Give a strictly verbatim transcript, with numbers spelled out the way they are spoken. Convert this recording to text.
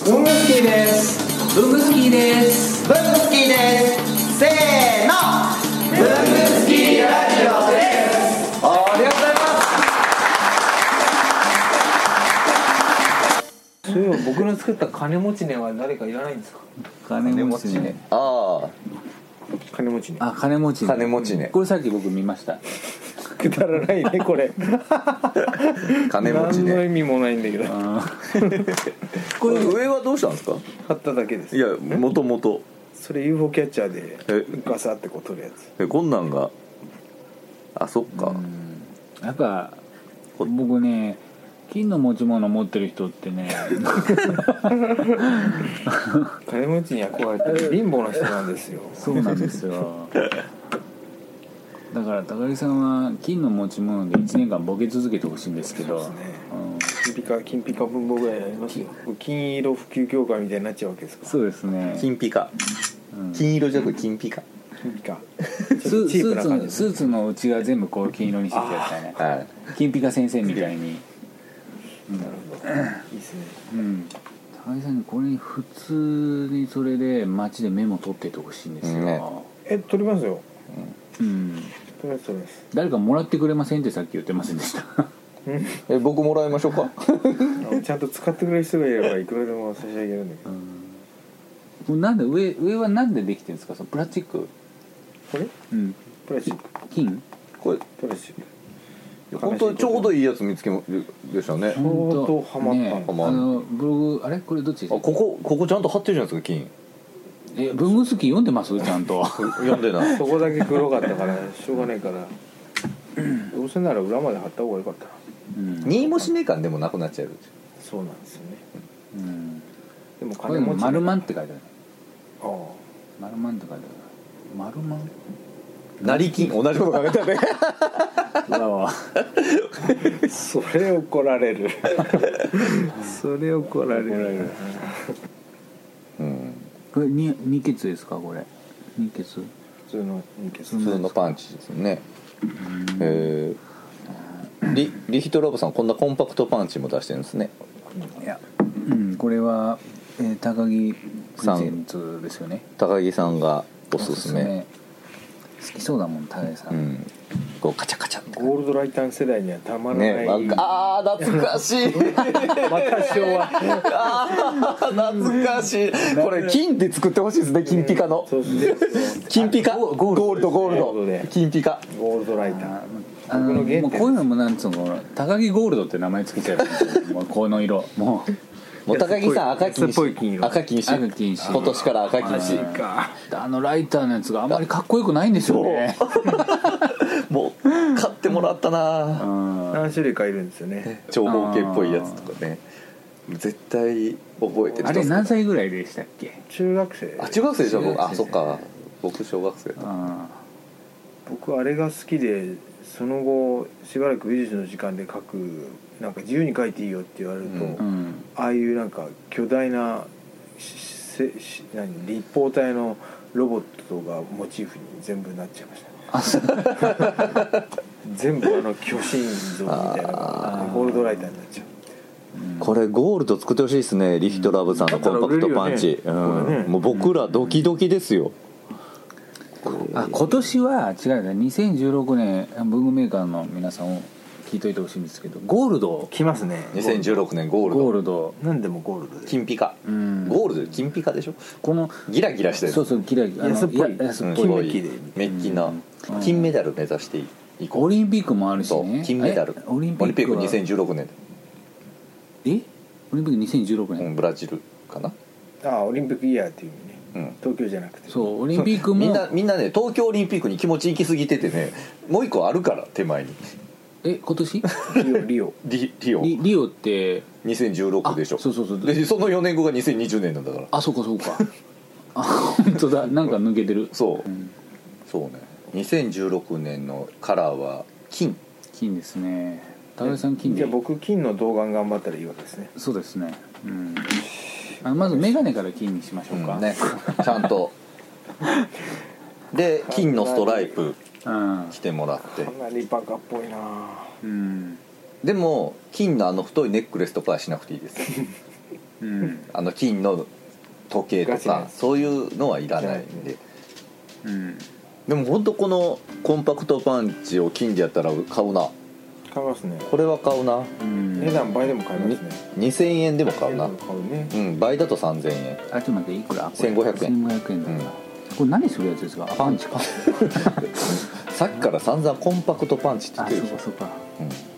ブングスキーです。 ブングスキーです。 ブングスキーです。せーの、 ブングスキーラジオです。 ありがとうございます。そういえば僕の作った金持ちねは誰かいらないんですか？ 金持ちね。 ああ、 金持ちね。 あ、金持ちね。 金持ちね。 これさっき僕見ました。 くだらないねこれ。 金持ちね。 何の意味もないんだけど。 これ上はどうしたんですか？ 買っただけです。 いや、もともとそれ ユーフォー キャッチャーでえガサってこう取るやつ。 えこんなんが、あ、そっか。 やっぱ僕ね、金の持ち物持ってる人ってね金持ちに憧れて貧乏な人なんですよ。 そうなんですよ。だから高木さんは金の持ち物でいちねんかんボケ続けてほしいんですけど、 そうですね。金ピカ金ピカ分母ぐらいありますよ。金色普及協会みたいになっちゃうわけですか。 そうですね。 金ピカ、うん、金色じゃなくて金ピカ。 金ピカ。 スーツのスーツの内側全部こう金色にしてくださいね。はい。金ピカ先生みたいに。 なるほど。いいですね。 うん。高木さんにこれに普通にそれで街でメモ取っててほしいんですよ。ね、 え、取りますよ。 うん。うん取ります取ります。 誰かもらってくれませんってさっき言ってませんでした？ え、僕もらいましょうか？ ちゃんと使ってくれる人がいればいくらでも差し上げるんだけど。 うん、なんで上上はなんでできてるんですか？そのプラスチック？ これ？うん。プラスチック。 金？ これプラスチック。 本当にちょうどいいやつ見つけでしたね。 ちょうどハマった、ね、 あのブログあれこれどっち？ あ、ここここちゃんと貼ってるじゃないですか金。 え、文具好き読んでますちゃんと？ 読んでない。 そこだけ黒かったからしょうがないから。どうせなら裏まで貼った方がよかった。 うん、にもしねえかんでもなくなっちゃう。 そうなんですよね。 うん。 でも金持ち。 丸マンって書いてある。 ああ。 丸マンって書いてある。丸マン。 成金同じこと考えたね。 それ怒られる。それ怒られる。 うん。これに二ケツですかこれ？二ケツ？ 普通の二ケツ。 普通のパンチですね。えー、リ, リヒトラブさんこんなコンパクトパンチも出してるんですね。 いや、うん、これは、えー、高木プレゼンツですよね。 高木さんがおすすめ。 好きそうだもん高木さん、うん、 こうカチャカチャってゴールドライター世代にはたまらない、 ね、あー懐かしい。 また昭和。 あー懐かしい。これ金って作ってほしいですね。金ピカの、うん、金ピカゴールドゴールドゴールド金ピカゴールドライター。 あのもうこういうのもなんつうの高木ゴールドって名前つけちゃう。もうこの色もうもう高木さん赤禁止赤禁止赤禁止今年から赤禁止。 あのライターのやつがあんまりかっこよくないんですよね。 もう買ってもらったな。 何種類かいるんですよね。 長方形っぽいやつとかね。絶対覚えてる。 あれ何歳ぐらいでしたっけ？ 中学生。 あ、中学生でしょ。あ、そっか僕小学生だ。 僕あれが好きでその後しばらく美術の時間で書くなんか自由に書いていいよって言われると、うん、ああいうなんか巨大な何立方体のロボットがモチーフに全部なっちゃいましたね。全部あの巨神像みたいなゴールドライターになっちゃう。 これゴールド作ってほしいですね。リヒトラブさんのコンパクトパンチ、ね、うん、もう僕らドキドキですよ。 あ、今年は違うね。にせんじゅうろくねん文具メーカーの皆さんを聞いといてほしいんですけど、ゴールド来ますね。 にせんじゅうろくねんゴールド。 ゴールド。 何でもゴールドで。 金ピカ。うん、ゴールドで金ピカでしょ。 このギラギラしてる。 そうそうギラギラ。 安っぽい。 安っぽい。メッキで。メッキな金メダル目指していこう。 オリンピックもあるしね。 金メダル。 オリンピックにせんじゅうろくねん。 え？オリンピックにせんじゅうろくねん。 うん、ブラジルかな。 ああ、オリンピックイヤーっていうね。うん、東京じゃなくて。 そうオリンピックもみんなみんなね東京オリンピックに気持ち行き過ぎててね、もう一個あるから手前に。 え今年リオリオリオリ, リオってにせんじゅうろくでしょ。 そうそうそう。 でそのよねんごがにせんにじゅうねんなんだから。 あ、そうかそうか。あ、本当だ。なんか抜けてる。 そう、うん、そうね。にせんじゅうろくねんのカラーは金。 金ですね。高橋さん金で。 じゃあ僕金の童顔頑張ったらいいわけですね。 そうですね。うん。あまずメガネから金にしましょうか、 うん、ね、ちゃんとで金のストライプ着てもらって、 かなりバカっぽいな、 うん、 でも金のあの太いネックレスとかはしなくていいです。 うん、 あの金の時計とかそういうのはいらないんで、 うん、 でも本当このコンパクトパンチを金でやったら買うな。 買いますね。 これは買うな、 うん、値段倍でも買いますね。 にせんえんでも買うな。 買うね、 うん、倍だとさんぜんえん。 あ、ちょっと待って、いくら？ せんごひゃくえん。 せんごひゃくえんだな、うん、これ何するやつですか？パンチかさっきから散々コンパクトパンチって言ってるでしょ。 あ、そうかそうか、 うん